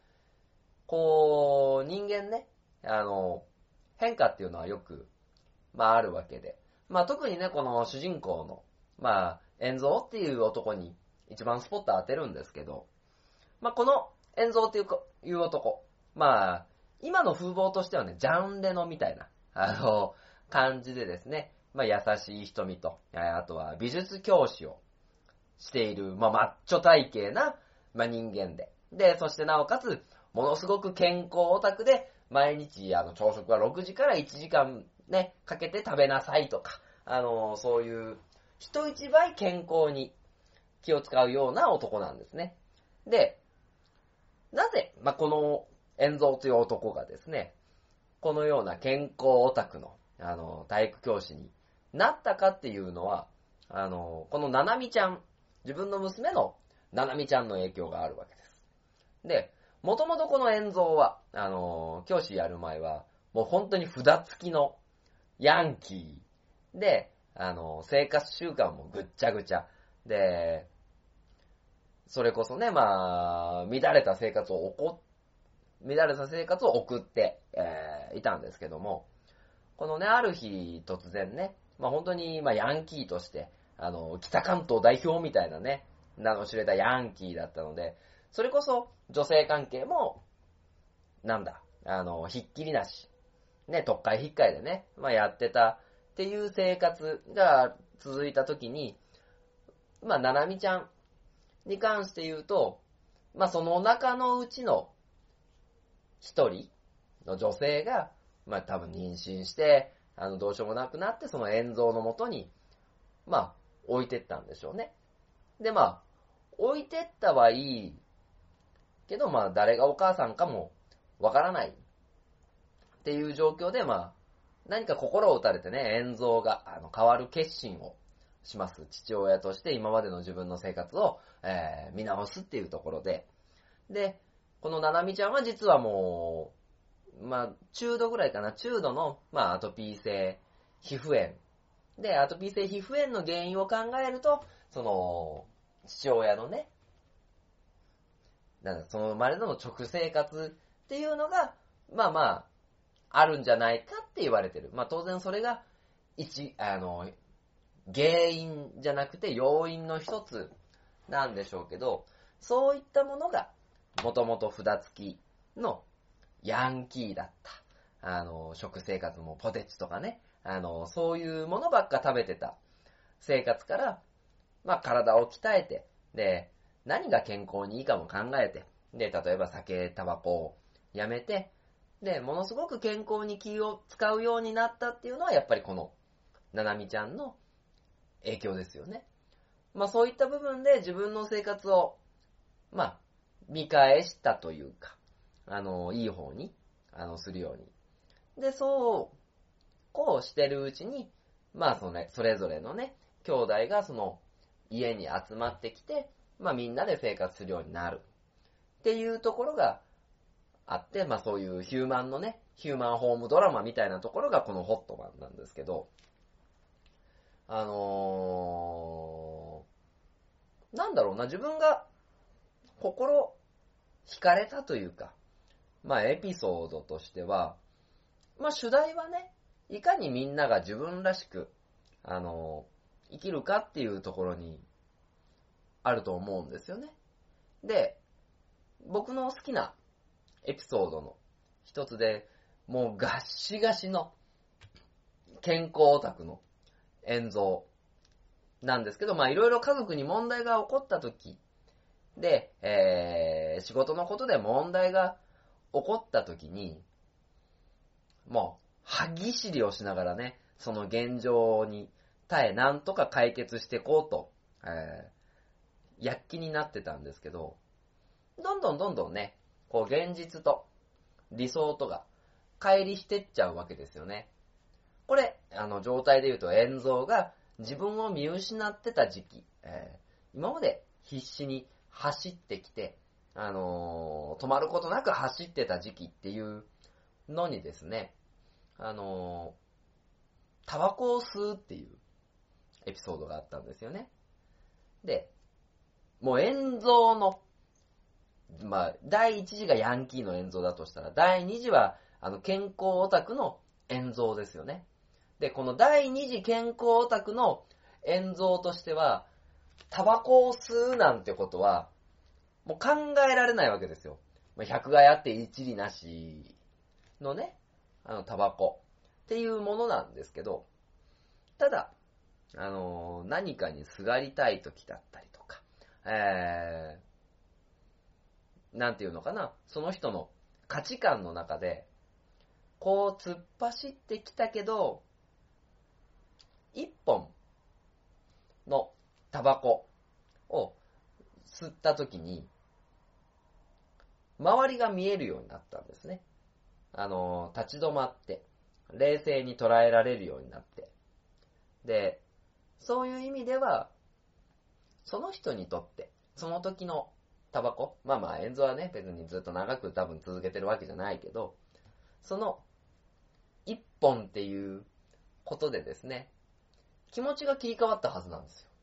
こう、人間ね、あの、変化っていうのはよく、まああるわけで、まあ特にね、この主人公の、まあ、円蔵っていう男に一番スポット当てるんですけど、まあこの円蔵っていういう男、まあ、今の風貌としてはね、ジャンレノみたいな、あの、感じでですね、まあ優しい瞳と、あとは美術教師をしている、まあマッチョ体型な、まあ人間で。で、そしてなおかつ、ものすごく健康オタクで、毎日、あの、朝食はろくじからいちじかんね、かけて食べなさいとか、あの、そういう、人一倍健康に気を使うような男なんですね。で、なぜ、まあ、この、円蔵という男がですね、このような健康オタクの、あの、体育教師になったかっていうのは、あの、このななみちゃん、自分の娘のななみちゃんの影響があるわけです。で、もともとこの円蔵は、あの、教師やる前は、もう本当に札付きのヤンキーで、あの、生活習慣もぐっちゃぐちゃ。で、それこそね、まあ、乱れた生活を起こ、乱れた生活を送って、えー、いたんですけども、このね、ある日突然ね、まあ本当に、まあヤンキーとして、あの、北関東代表みたいなね、名の知れたヤンキーだったので、それこそ女性関係も、なんだ、あの、ひっきりなし、ね、特会引っかいでね、まあやってたっていう生活が続いた時に、まあ、ななみちゃんに関して言うと、まあその中のうちの一人の女性が、まあ多分妊娠して、あの、どうしようもなくなって、その円蔵のもとに、まあ、置いてったんでしょうね。で、まあ、置いてったはいいけど、まあ、誰がお母さんかもわからないっていう状況で、まあ、何か心を打たれてね、円蔵があの変わる決心をします。父親として今までの自分の生活を、えー、見直すっていうところで。で、このななみちゃんは実はもう、まあ、中度ぐらいかな、中度の、まあ、アトピー性皮膚炎。で、アトピー性皮膚炎の原因を考えると、その、父親のね、なんだその生まれの直生活っていうのが、まあまあ、あるんじゃないかって言われてる。まあ当然それが、一、あの、原因じゃなくて要因の一つなんでしょうけど、そういったものが、もともと札付きのヤンキーだった。あの、食生活もポテチとかね、あの、そういうものばっか食べてた生活から、まあ体を鍛えて、で、何が健康にいいかも考えて、で、例えば酒、タバコをやめて、で、ものすごく健康に気を使うようになったっていうのは、やっぱりこの、ななみちゃんの影響ですよね。まあそういった部分で自分の生活を、まあ、見返したというか、あの、いい方に、あの、するように。で、そう、こうしてるうちに、まあそれ、それぞれのね、兄弟がその、家に集まってきて、まあみんなで生活するようになる。っていうところがあって、まあそういうヒューマンのね、ヒューマンホームドラマみたいなところがこのホットマンなんですけど、あのー、なんだろうな、自分が心惹かれたというか、まあエピソードとしては、まあ主題はね、いかにみんなが自分らしく、あのー、生きるかっていうところにあると思うんですよね。で、僕の好きなエピソードの一つで、もうガッシガシの健康オタクの演像なんですけど、まあいろいろ家族に問題が起こった時で、えー、仕事のことで問題が起こった時に、もう歯ぎしりをしながらね、その現状に耐え、なんとか解決していこうと、えー、躍起になってたんですけど、どんどんどんどんね、こう現実と理想とが乖離してっちゃうわけですよね。これ、あの状態で言うと、円蔵が自分を見失ってた時期、えー、今まで必死に走ってきて、あのー、止まることなく走ってた時期っていうのにですね、あのー、タバコを吸うっていうエピソードがあったんですよね。で、もう円蔵の、まあ、第一次がヤンキーの円蔵だとしたら、第二次は、あの、健康オタクの円蔵ですよね。で、この第二次健康オタクの円蔵としては、タバコを吸うなんてことは、もう考えられないわけですよ。百害あって一理なしのね、あの、タバコっていうものなんですけど、ただ、あのー、何かにすがりたい時だったりとか、えー、なんていうのかな、その人の価値観の中で、こう突っ走ってきたけど、一本のタバコを吸った時に、周りが見えるようになったんですね。あの、立ち止まって、冷静に捉えられるようになって。で、そういう意味では、その人にとって、その時のタバコ、まあまあ、演奏はね、別にずっと長く多分続けてるわけじゃないけど、その一本っていうことでですね、気持ちが切り替わったはずなんですよ。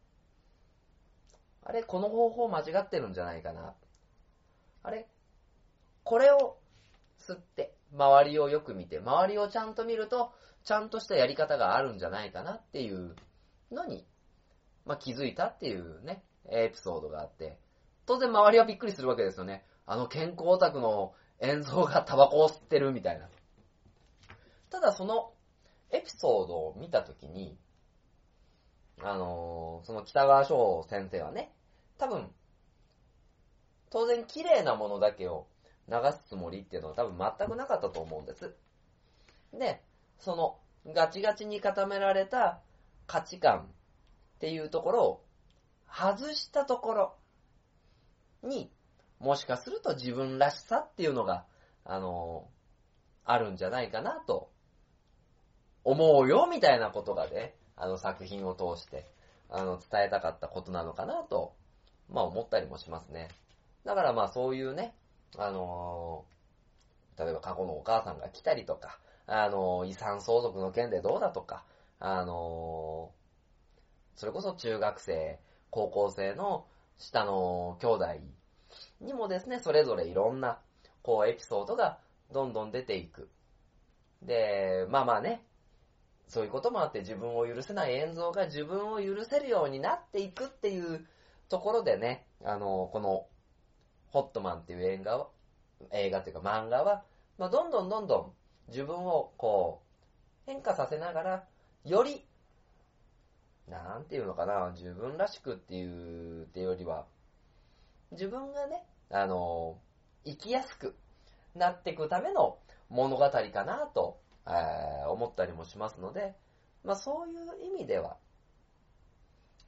あれ、この方法間違ってるんじゃないかな。あれ、これを吸って、周りをよく見て、周りをちゃんと見ると、ちゃんとしたやり方があるんじゃないかなっていうのに、まあ、気づいたっていうね、エピソードがあって、当然周りはびっくりするわけですよね。あの健康オタクの演奏がタバコを吸ってるみたいな。ただそのエピソードを見たときに、あのー、その北川翔先生はね、多分、当然綺麗なものだけを流すつもりっていうのは多分全くなかったと思うんです。で、そのガチガチに固められた価値観っていうところを外したところに、もしかすると自分らしさっていうのが、あのー、あるんじゃないかなと思うよみたいなことがね、あの作品を通してあの伝えたかったことなのかなと、まあ思ったりもしますね。だからまあそういうね、あのー、例えば過去のお母さんが来たりとか、あのー、遺産相続の件でどうだとか、あのー、それこそ中学生、高校生の下の兄弟にもですね、それぞれいろんなこうエピソードがどんどん出ていく。で、まあまあね、そういうこともあって自分を許せない演奏が自分を許せるようになっていくっていうところでね、あの、このホットマンっていう映画は、映画っていうか漫画は、まあ、どんどんどんどん自分をこう変化させながら、より、なんていうのかな、自分らしくっていうっていうよりは、自分がね、あの、生きやすくなっていくための物語かなと、えー、思ったりもしますので、まあそういう意味では、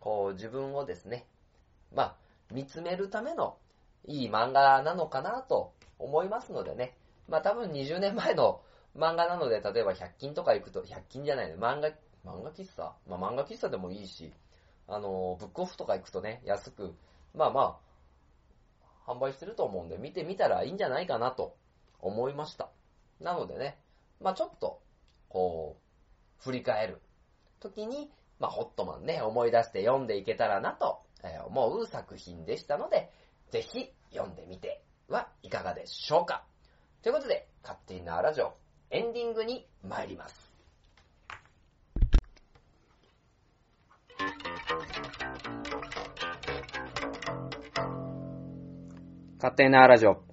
こう自分をですね、まあ、見つめるためのいい漫画なのかなと思いますのでね。まあ多分にじゅうねんまえの漫画なので、例えばひゃく均とか行くと、ひゃく均じゃないね、漫画、漫画喫茶まあ漫画喫茶でもいいし、あの、ブックオフとか行くとね、安く、まあまあ、販売してると思うんで、見てみたらいいんじゃないかなと思いました。なのでね、まあちょっと、こう、振り返る時に、まあホットマンね、思い出して読んでいけたらなと思う作品でしたので、ぜひ読んでみてはいかがでしょうか。ということで、勝手になラジオ、エンディングに参ります。勝手になラジオ。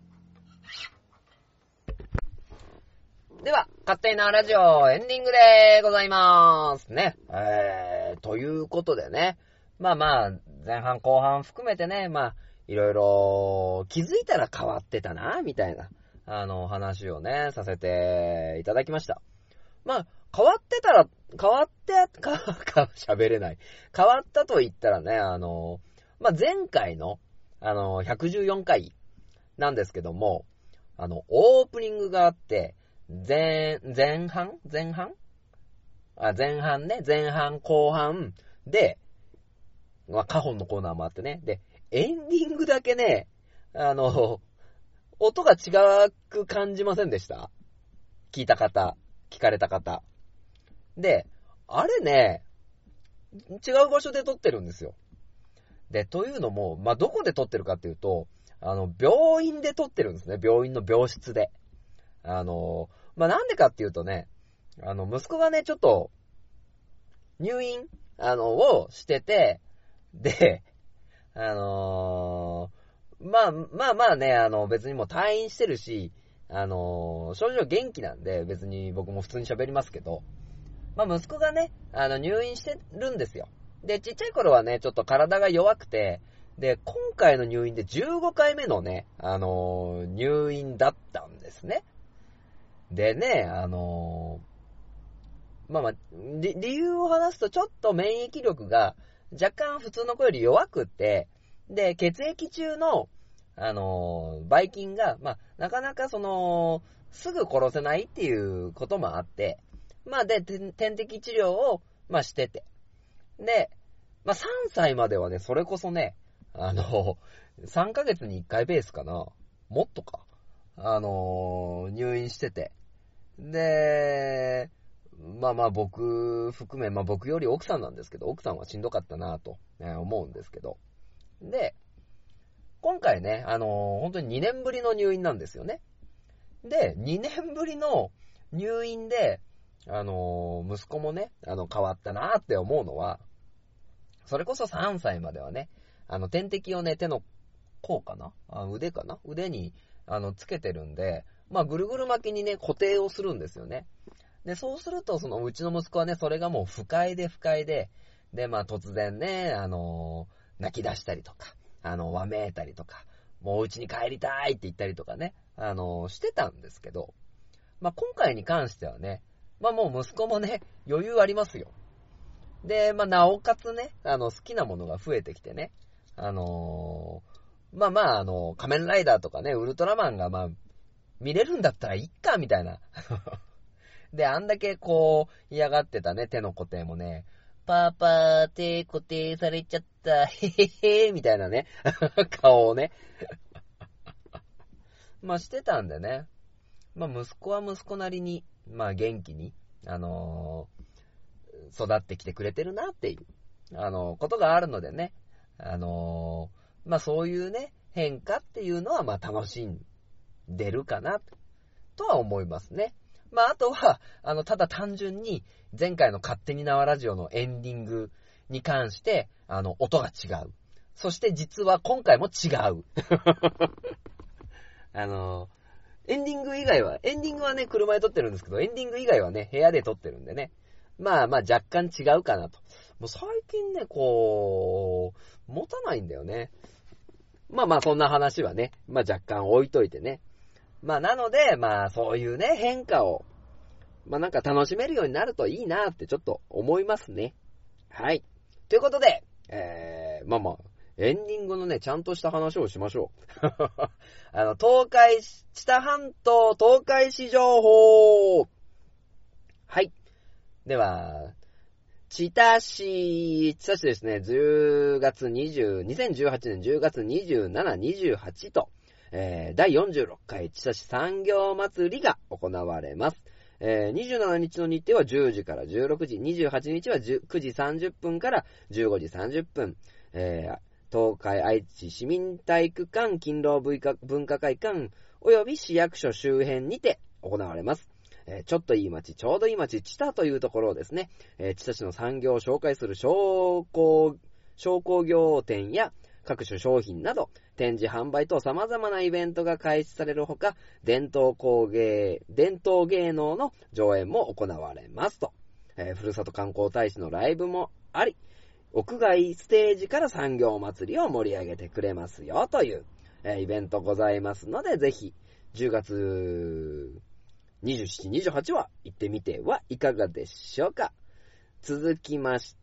では、勝手になラジオエンディングでございますね。えー、ということでね、まあまあ、前半後半含めてね、まあ、いろいろ気づいたら変わってたな、みたいな、あの、話をね、させていただきました。まあ、変わってたら、変わって、か、か、喋れない。変わったと言ったらね、あの、まあ前回の、あの、ひゃくじゅうよんかいなんですけども、あの、オープニングがあって、前、前半前半あ、前半ね、前半後半で、まあ、カホンのコーナーもあってね。で、エンディングだけね、あの、音が違く感じませんでした？聞いた方、聞かれた方。で、あれね、違う場所で撮ってるんですよ。で、というのも、まあ、どこで撮ってるかっていうと、あの、病院で撮ってるんですね。病院の病室で。あの、まあ、なんでかっていうとね、あの、息子がね、ちょっと、入院、あの、をしてて、で、あのー、まあ、まあまあね、あの、別にもう退院してるし、あのー、症状元気なんで、別に僕も普通に喋りますけど、まあ息子がね、あの、入院してるんですよ。で、ちっちゃい頃はね、ちょっと体が弱くて、で、今回の入院でじゅうごかいめのね、あのー、入院だったんですね。でね、あのー、まあまあ、理、理由を話すとちょっと免疫力が若干普通の子より弱くって、で、血液中の、あのー、ばい菌が、まあ、なかなかその、すぐ殺せないっていうこともあって、まあ、で、点滴治療を、まあ、してて。で、まあ、さんさいまではね、それこそね、あの、さんかげつにいっかいペースかな。もっとか。あのー、入院してて。で、まあまあ僕含め、まあ僕より奥さんなんですけど、奥さんはしんどかったなと、ね、思うんですけど。で、今回ね、あのー、本当ににねんぶりの入院なんですよね。で、にねんぶりの入院で、あのー、息子もね、あの、変わったなって思うのは、それこそさんさいまではね、あの、点滴をね、手の甲かなあ、腕かな腕に、あの、つけてるんで、まあ、ぐるぐる巻きにね、固定をするんですよね。で、そうすると、その、うちの息子はね、それがもう不快で不快で、で、まあ、突然ね、あのー、泣き出したりとか、あの、わめいたりとか、もうお家に帰りたいって言ったりとかね、あのー、してたんですけど、まあ、今回に関してはね、まあ、もう息子もね、余裕ありますよ。で、まあ、なおかつね、あの、好きなものが増えてきてね、あのー、まあまあ、あの、仮面ライダーとかね、ウルトラマンがまあ、見れるんだったらいっか、みたいな。で、あんだけこう、嫌がってたね、手の固定もね、パパー、手固定されちゃった、へへへ、みたいなね、顔をね。まあしてたんでね、まあ息子は息子なりに、まあ元気に、あのー、育ってきてくれてるなっていう、あのー、ことがあるのでね、あのー、まあそういうね、変化っていうのはまあ楽しんでるかな、とは思いますね。まああとは、あの、ただ単純に、前回の勝手に縄ラジオのエンディングに関して、あの、音が違う。そして実は今回も違う。あの、エンディング以外は、エンディングはね、車で撮ってるんですけど、エンディング以外はね、部屋で撮ってるんでね。まあまあ若干違うかなと。もう最近ね、こう、持たないんだよね。まあまあそんな話はね、まあ若干置いといてね。まあなので、まあそういうね、変化を、まあなんか楽しめるようになるといいなってちょっと思いますね。はい。 ということで、えー、まあまあ、エンディングのね、ちゃんとした話をしましょう。あの、東海、知多半島東海市情報。はい。では、知多市、知多市ですね、じゅうがつにじゅう、にせんじゅうはちねんじゅうがつにじゅうしち、にじゅうはちと、えー、だいよんじゅうろっかい知多市産業祭りが行われます。えー、にじゅうしちにちの日程はじゅうじからじゅうろくじ、にじゅうはちにちはくじさんじゅっぷんからじゅうごじさんじゅっぷん、えー、東海愛知市民体育館、勤労文化、文化会館、および市役所周辺にて行われます。えー、ちょっといい街、ちょうどいい街、知多というところをですね、えー、知多市の産業を紹介する商工、商工業店や各種商品など、展示販売と様々なイベントが開始されるほか、伝統工芸、伝統芸能の上演も行われますと。えー、ふるさと観光大使のライブもあり、屋外ステージから産業祭りを盛り上げてくれますよという、えー、イベントございますので、ぜひじゅうがつにじゅうしち、にじゅうはちは行ってみてはいかがでしょうか。続きまして、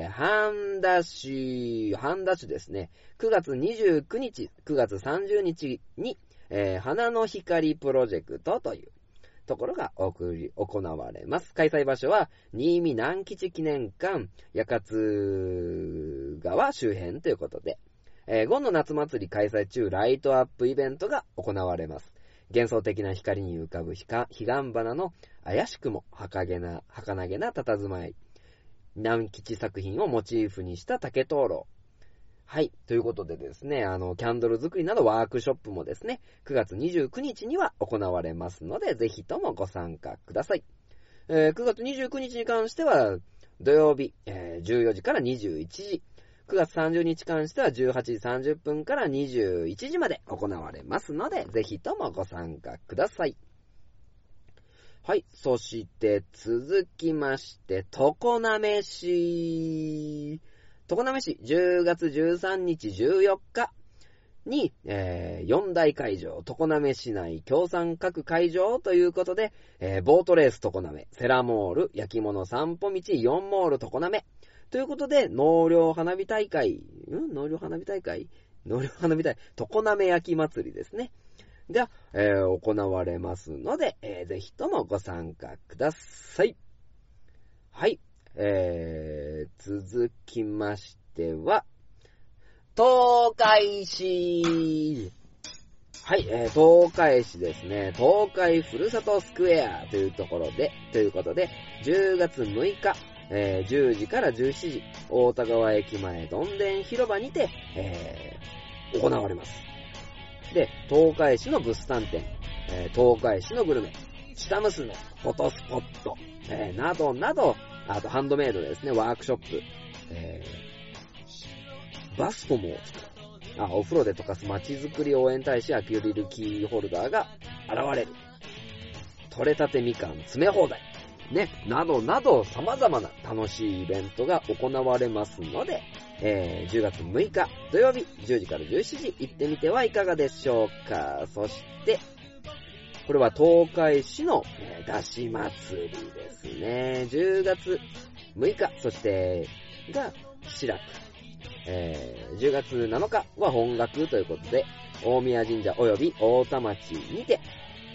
半田市、半田市ですね。くがつにじゅうくにち、くがつさんじゅうにちに、えー、花の光プロジェクトというところが送り行われます。開催場所は、新見南吉記念館、八勝川周辺ということで、えー、ゴンの夏祭り開催中、ライトアップイベントが行われます。幻想的な光に浮かぶ彼岸花の怪しくも儚げな、儚げな佇まい。南吉作品をモチーフにした竹灯籠。はい。ということでですね、あの、キャンドル作りなどワークショップもですね、くがつにじゅうくにちには行われますので、ぜひともご参加ください。えー、くがつにじゅうくにちに関しては、土曜日、えー、じゅうよじからにじゅういちじ。くがつさんじゅうにちに関してはじゅうはちじさんじゅっぷんからにじゅういちじまで行われますので、ぜひともご参加ください。はい。そして、続きまして、常滑市。常滑市、じゅうがつじゅうさんにち、じゅうよっかに、えー、よんだいかいじょう、常滑市内協賛各会場ということで、えー、ボートレース常滑、セラモール、焼き物散歩道よんモール常滑。ということで、納涼花火大会、ん納涼花火大会納涼花火大会、常滑焼き祭りですね。が、えー、行われますので、えー、ぜひともご参加ください。はい。えー、続きましては、東海市。はい、えー、東海市ですね。東海ふるさとスクエアというところで、ということで、じゅうがつむいか、えー、じゅうじからじゅうしちじ、大田川駅前どんでん広場にて、えー、行われます。で、東海市の物産展、えー、東海市のグルメ、知多娘、フォトスポット、えー、などなど、あとハンドメイドですね、ワークショップ、えー、バスコムを作る。あ、お風呂で溶かす街づくり応援大使アクリルキーホルダーが現れる。取れたてみかん詰め放題。ね、などなど様々な楽しいイベントが行われますので、えー、じゅうがつむいか土曜日じゅうじからじゅうしちじ行ってみてはいかがでしょうか。そして、これは東海市の、えー、だし祭りですね。じゅうがつむいか、そしてが志らく、えー、じゅうがつなのかは本学ということで、大宮神社及び大田町にて、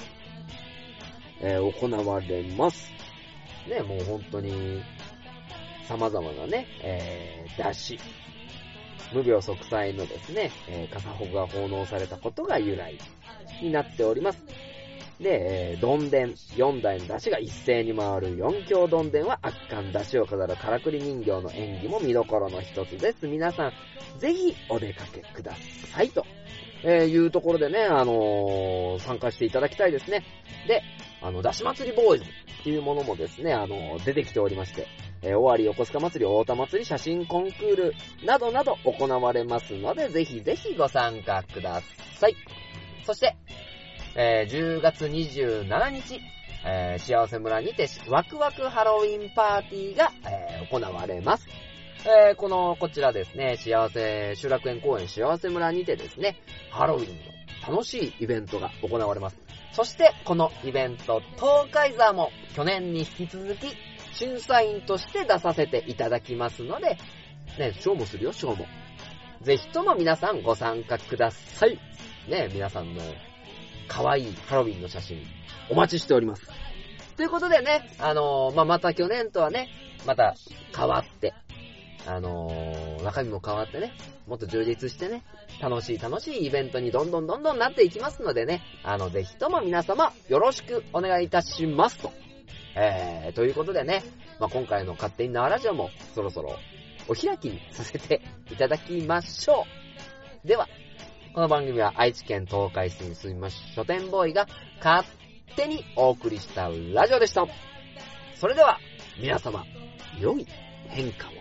えー、行われます。ね、もう本当に様々なね、えー、だし、無病息災のですね、えー、笠穂が奉納されたことが由来になっております。で、えー、どんでん、よんだいのだしが一斉に回る四強どんでんは圧巻だしを飾るからくり人形の演技も見どころの一つです。皆さん、ぜひお出かけくださいと、えー、いうところでね、あのー、参加していただきたいですね。で、あの、だし祭りボーイズっていうものもですね、あの、出てきておりまして、えー、尾張横須賀祭り、大田祭り、写真コンクールなどなど行われますので、ぜひぜひご参加ください。そして、えー、じゅうがつにじゅうしちにち、えー、幸せ村にてワクワクハロウィンパーティーが、えー、行われます。えー、この、こちらですね、幸せ、集落園公園幸せ村にてですね、ハロウィンの楽しいイベントが行われます。そして、このイベント、東海座も去年に引き続き、審査員として出させていただきますので、 ね、ショーもするよ、ショーも。ぜひとも皆さんご参加ください。ね、皆さんの可愛いハロウィンの写真、お待ちしております。ということでね、あのー、まあ、また去年とはね、また変わって、あのー、中身も変わってね、もっと充実してね、楽しい楽しいイベントにどんどんどんどんなっていきますのでね、あの、ぜひとも皆様よろしくお願いいたしますと。えー、ということでね、まあ、今回の勝手に縄ラジオもそろそろお開きにさせていただきましょう。では、この番組は愛知県東海市に住みます書店ボーイが勝手にお送りしたラジオでした。それでは、皆様、良い変化を。